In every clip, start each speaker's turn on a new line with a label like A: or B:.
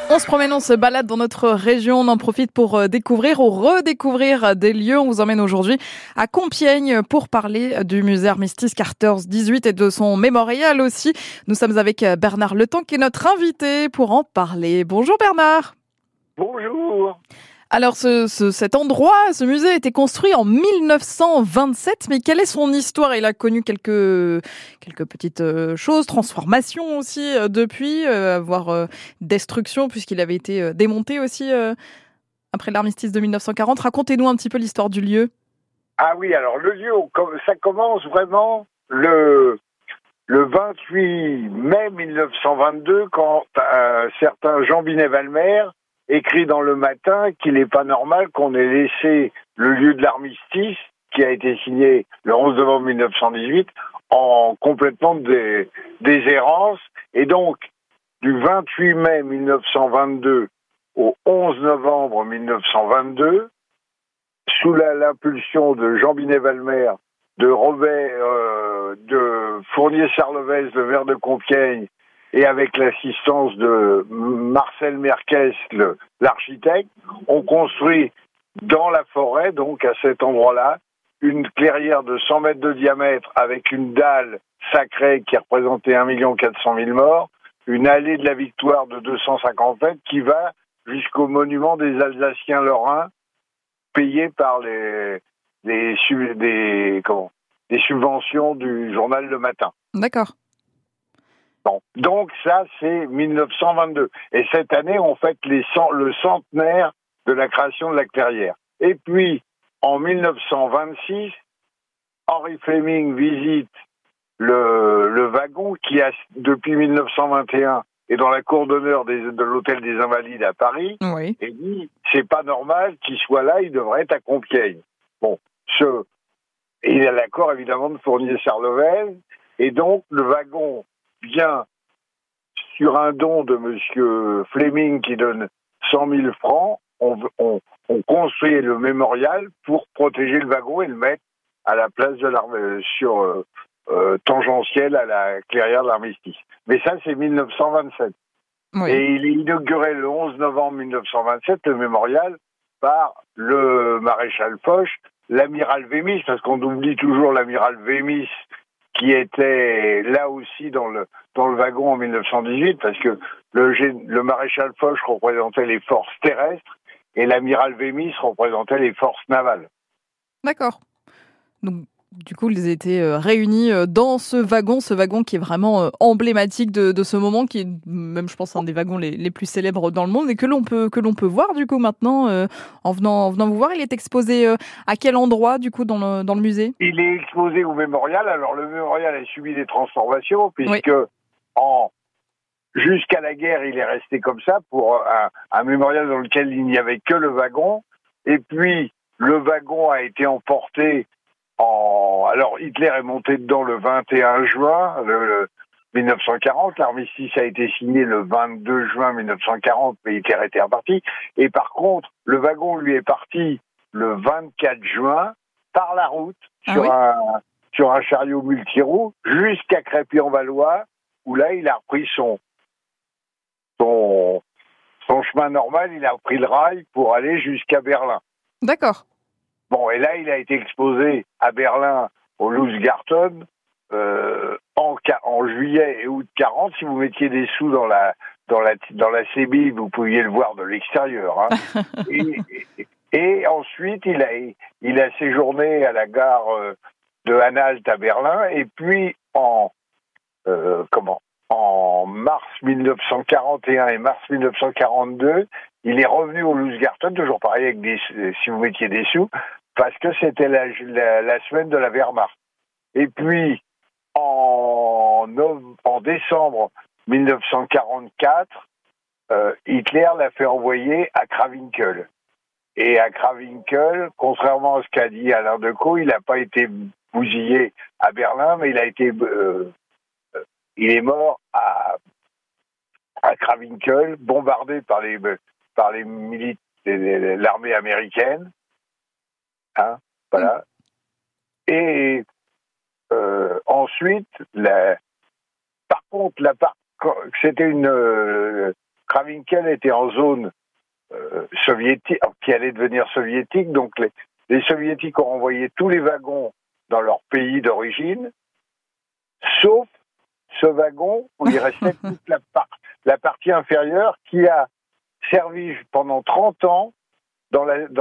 A: On se promène, on se balade dans notre région, on en profite pour découvrir ou redécouvrir des lieux. On vous emmène aujourd'hui à Compiègne pour parler du musée Armistice Carters 18 et de son mémorial aussi. Nous sommes avec Bernard Letanc qui est notre invité pour en parler. Bonjour Bernard.
B: Bonjour.
A: Alors cet endroit, ce musée a été construit en 1927, mais quelle est son histoire? Il a connu quelques petites choses, transformations aussi depuis, voire destruction puisqu'il avait été démonté aussi après l'armistice de 1940. Racontez-nous un petit peu l'histoire du lieu.
B: Ah oui, alors le lieu, ça commence vraiment le 28 mai 1922 quand un certain Jean Binet-Valmer écrit dans Le Matin qu'il n'est pas normal qu'on ait laissé le lieu de l'armistice, qui a été signé le 11 novembre 1918, en complètement déshérence. Et donc, du 28 mai 1922 au 11 novembre 1922, sous l'impulsion de Jean Binet-Valmer, de Fournier-Sarlevez, le maire de Compiègne, et avec l'assistance de Marcel Merkes, l'architecte, on construit dans la forêt, donc à cet endroit-là, une clairière de 100 mètres de diamètre avec une dalle sacrée qui représentait 1 400 000 morts, une allée de la victoire de 250 mètres qui va jusqu'au monument des Alsaciens lorrains, payés par des subventions du journal Le Matin.
A: D'accord.
B: Bon. Donc ça, c'est 1922. Et cette année, on fête le centenaire de la création de la clairière. Et puis, en 1926, Henry Fleming visite le wagon qui, depuis 1921, est dans la cour d'honneur de l'Hôtel des Invalides à Paris.
A: Oui.
B: Et dit, c'est pas normal qu'il soit là, il devrait être à Compiègne. Bon, il a l'accord évidemment de Fournier-Sarlevez. Et donc, le wagon vient sur un don de monsieur Fleming qui donne 100 000 francs. On construit le mémorial pour protéger le wagon et le mettre à la place de tangentielle à la clairière de l'Armistice. Mais ça, c'est 1927.
A: Oui.
B: Et il est inauguré le 11 novembre 1927, le mémorial, par le maréchal Foch, l'amiral Wémis, parce qu'on oublie toujours l'amiral Wémis, qui était là aussi dans le wagon en 1918, parce que le maréchal Foch représentait les forces terrestres et l'amiral Wémis représentait les forces navales.
A: D'accord. Donc, du coup, ils étaient réunis dans ce wagon qui est vraiment emblématique de ce moment, qui est même, je pense, un des wagons les plus célèbres dans le monde et que l'on peut voir, du coup, maintenant, en venant vous voir. Il est exposé à quel endroit, du coup, dans le musée?
B: Il est exposé au mémorial. Alors, le mémorial a subi des transformations, puisque jusqu'à la guerre, il est resté comme ça, pour un mémorial dans lequel il n'y avait que le wagon. Et puis, le wagon a été emporté alors, Hitler est monté dedans le 21 juin 1940. L'armistice a été signé le 22 juin 1940, mais Hitler était reparti. Et par contre, le wagon, lui, est parti le 24 juin par la route sur un chariot multiroue jusqu'à Crépy-en-Valois, où là, il a repris son chemin normal. Il a repris le rail pour aller jusqu'à Berlin.
A: D'accord.
B: Bon, et là, il a été exposé à Berlin, au Lustgarten, en juillet et août 40. Si vous mettiez des sous dans la CBI, vous pouviez le voir de l'extérieur. Hein. et ensuite, il a séjourné à la gare de Anhalt à Berlin. Et puis, en mars 1941 et mars 1942, il est revenu au Lustgarten, toujours pareil si vous mettiez des sous, parce que c'était la semaine de la Wehrmacht. Et puis, en décembre 1944, Hitler l'a fait envoyer à Krawinkel. Et à Krawinkel, contrairement à ce qu'a dit Alain Decaux, il n'a pas été bousillé à Berlin, mais il est mort à Krawinkel, bombardé par les milices de l'armée américaine. Hein, voilà. Et ensuite, par contre, c'était Krawinkel était en zone soviétique, qui allait devenir soviétique, donc les soviétiques ont renvoyé tous les wagons dans leur pays d'origine, sauf ce wagon où il restait toute la partie inférieure qui a servi pendant 30 ans dans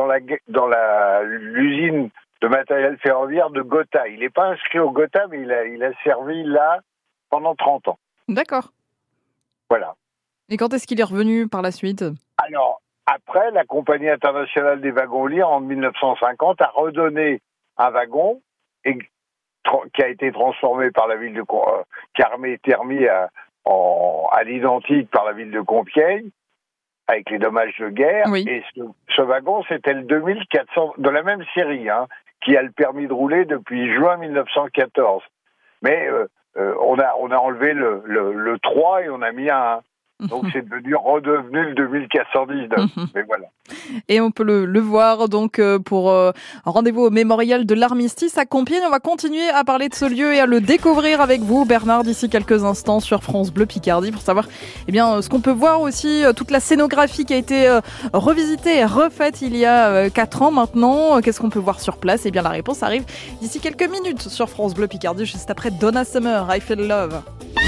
B: l'usine de matériel ferroviaire de Gotha. Il n'est pas inscrit au Gotha, mais il a servi là pendant 30 ans.
A: D'accord.
B: Voilà.
A: Et quand est-ce qu'il est revenu par la suite ?
B: Alors, après, la Compagnie internationale des wagons-lits, en 1950, a redonné un wagon qui a été transformé par la ville de qui a été remis à l'identique par la ville de Compiègne, avec les dommages de guerre.
A: Oui.
B: Et ce wagon, c'était le 2400, de la même série, qui a le permis de rouler depuis juin 1914. Mais on a enlevé le 3 et on a mis un 1. Donc c'est redevenu le 2419. Mais voilà.
A: Et on peut le voir donc pour un rendez-vous au mémorial de l'Armistice à Compiègne. On va continuer à parler de ce lieu et à le découvrir avec vous, Bernard, d'ici quelques instants sur France Bleu Picardie, pour savoir ce qu'on peut voir aussi, toute la scénographie qui a été revisitée et refaite il y a 4 ans maintenant. Qu'est-ce qu'on peut voir sur place ? Eh bien la réponse arrive d'ici quelques minutes sur France Bleu Picardie, juste après Donna Summer, I Feel Love.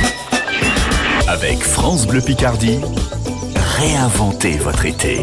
C: Avec France Bleu Picardie, réinventez votre été.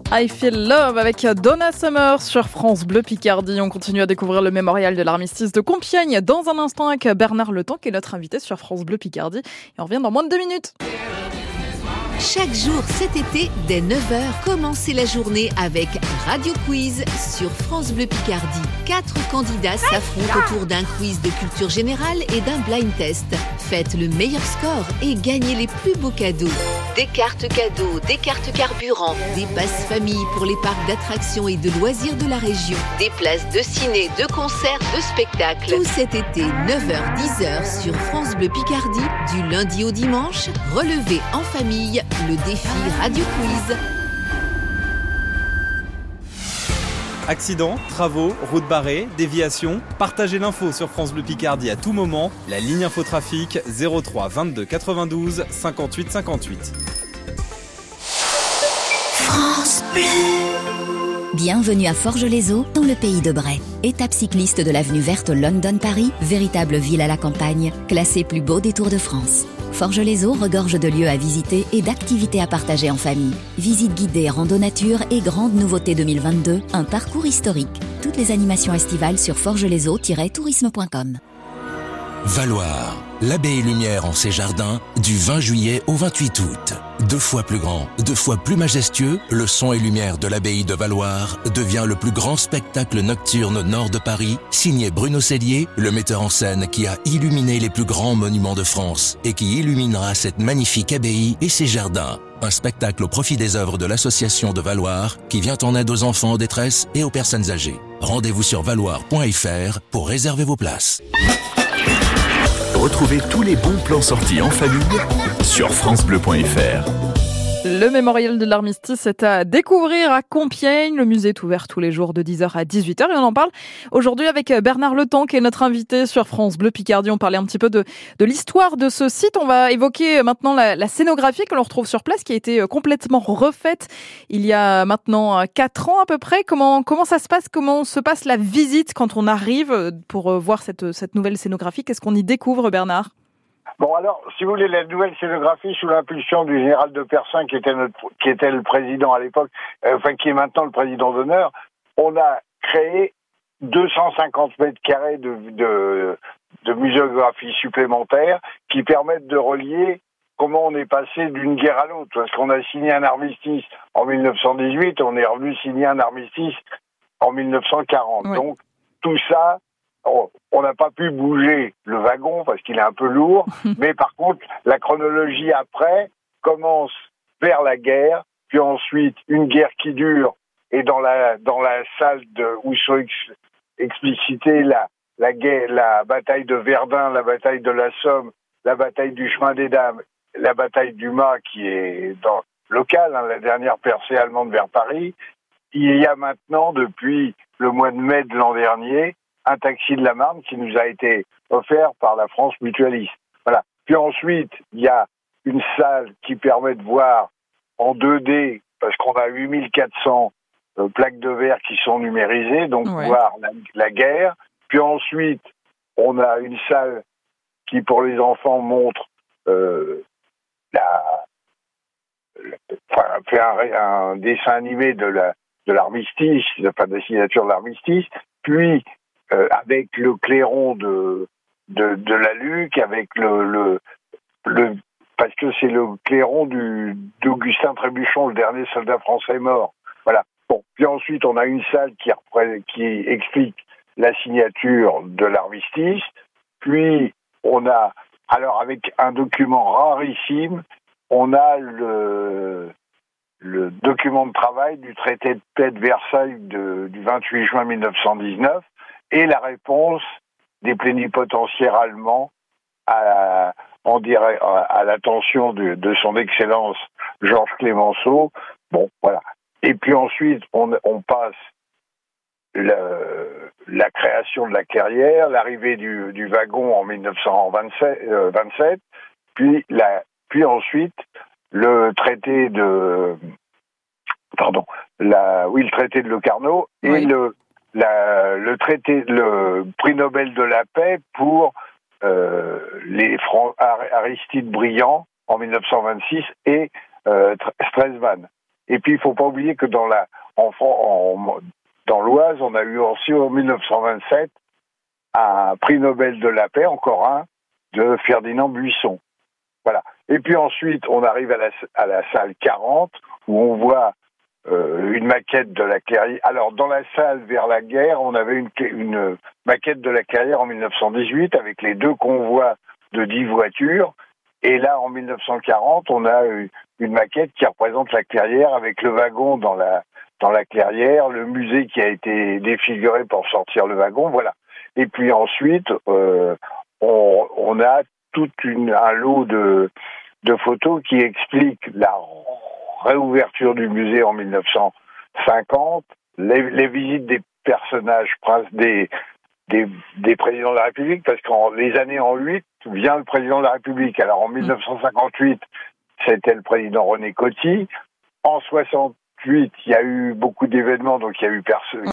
A: I Feel Love avec Donna Summer sur France Bleu Picardie. On continue à découvrir le mémorial de l'armistice de Compiègne dans un instant avec Bernard Letan qui est notre invité sur France Bleu Picardie. Et on revient dans moins de 2 minutes.
D: Chaque jour cet été, dès 9h, commencez la journée avec Radio Quiz sur France Bleu Picardie. 4 candidats s'affrontent autour d'un quiz de culture générale et d'un blind test. Faites le meilleur score et gagnez les plus beaux cadeaux. Des cartes cadeaux, des cartes carburant, des passes famille pour les parcs d'attractions et de loisirs de la région, des places de ciné, de concerts, de spectacles. Tout cet été, 9h-10h sur France Bleu Picardie, du lundi au dimanche, relevez en famille le défi Radio Quiz.
E: Accidents, travaux, routes barrées, déviations, partagez l'info sur France Bleu Picardie à tout moment. La ligne infotrafic 03 22 92 58 58.
F: France Bleu. Bienvenue à Forges-les-Eaux, dans le pays de Bray. Étape cycliste de l'avenue verte London-Paris, véritable ville à la campagne, classée plus beau des Tours de France. Forges-les-Eaux regorge de lieux à visiter et d'activités à partager en famille. Visites guidées, rando nature et grande nouveauté 2022, un parcours historique. Toutes les animations estivales sur forgeslesaux-tourisme.com.
G: Valoir, l'abbaye Lumière en ses jardins, du 20 juillet au 28 août. 2 fois plus grand, 2 fois plus majestueux, le son et lumière de l'abbaye de Valoir devient le plus grand spectacle nocturne au nord de Paris, signé Bruno Cellier, le metteur en scène qui a illuminé les plus grands monuments de France et qui illuminera cette magnifique abbaye et ses jardins. Un spectacle au profit des œuvres de l'association de Valoir qui vient en aide aux enfants en détresse et aux personnes âgées. Rendez-vous sur valoir.fr pour réserver vos places.
C: Retrouvez tous les bons plans sortis en famille sur francebleu.fr.
A: Le mémorial de l'armistice est à découvrir à Compiègne. Le musée est ouvert tous les jours de 10h à 18h et on en parle aujourd'hui avec Bernard Letan qui est notre invité sur France Bleu Picardie. On parlait un petit peu de l'histoire de ce site. On va évoquer maintenant la scénographie que l'on retrouve sur place qui a été complètement refaite il y a maintenant 4 ans à peu près. Comment ça se passe? Comment se passe la visite quand on arrive pour voir cette nouvelle scénographie? Qu'est-ce qu'on y découvre, Bernard?
B: Bon, alors, si vous voulez, la nouvelle scénographie, sous l'impulsion du général de Persin, qui était le président à l'époque, qui est maintenant le président d'honneur, on a créé 250 mètres carrés de muséographie supplémentaire qui permettent de relier comment on est passé d'une guerre à l'autre. Parce qu'on a signé un armistice en 1918, on est revenu signer un armistice en 1940. Oui. Donc, tout ça, on n'a pas pu bouger le wagon parce qu'il est un peu lourd, mais par contre, la chronologie après commence vers la guerre, puis ensuite une guerre qui dure, et dans la salle où sont explicitées la bataille de Verdun, la bataille de la Somme, la bataille du Chemin des Dames, la bataille du Mât qui est locale, la dernière percée allemande vers Paris. Il y a maintenant, depuis le mois de mai de l'an dernier, un taxi de la Marne qui nous a été offert par la France Mutualiste. Voilà. Puis ensuite, il y a une salle qui permet de voir en 2D, parce qu'on a 8400 plaques de verre qui sont numérisées, donc voir la guerre. Puis ensuite, on a une salle qui, pour les enfants, montre fait un dessin animé de l'armistice, enfin de la signature de l'armistice, puis avec le clairon de la Luc, avec le parce que c'est le clairon d'Augustin Trébuchon, le dernier soldat français mort. Voilà. Bon. Puis ensuite, on a une salle qui explique la signature de l'armistice. Puis on a, alors avec un document rarissime, on a le document de travail du traité de paix de Versailles du 28 juin 1919 et la réponse des plénipotentiaires allemands à l'attention de son Excellence Georges Clémenceau. Bon, voilà. Et puis ensuite, on passe la création de la Clairière, l'arrivée du wagon en 1927, puis ensuite le traité de Locarno et le prix Nobel de la paix pour Aristide Briand en 1926 et Stresemann. Et puis, il faut pas oublier que dans l'Oise, on a eu aussi en 1927 un prix Nobel de la paix, encore un, de Ferdinand Buisson. Voilà. Et puis ensuite, on arrive à la salle 40, où on voit une maquette de la Clairière. Alors, dans la salle vers la guerre, on avait une maquette de la Clairière en 1918, avec les 2 convois de 10 voitures. Et là, en 1940, on a une maquette qui représente la Clairière, avec le wagon dans la Clairière, le musée qui a été défiguré pour sortir le wagon, voilà. Et puis ensuite, on a un lot de photos qui expliquent la réouverture du musée en 1950, les visites des personnages, des présidents de la République, parce qu'en les années en 8 vient le président de la République. Alors en 1958, c'était le président René Coty. En 68, il y a eu beaucoup d'événements, donc il y a eu personne.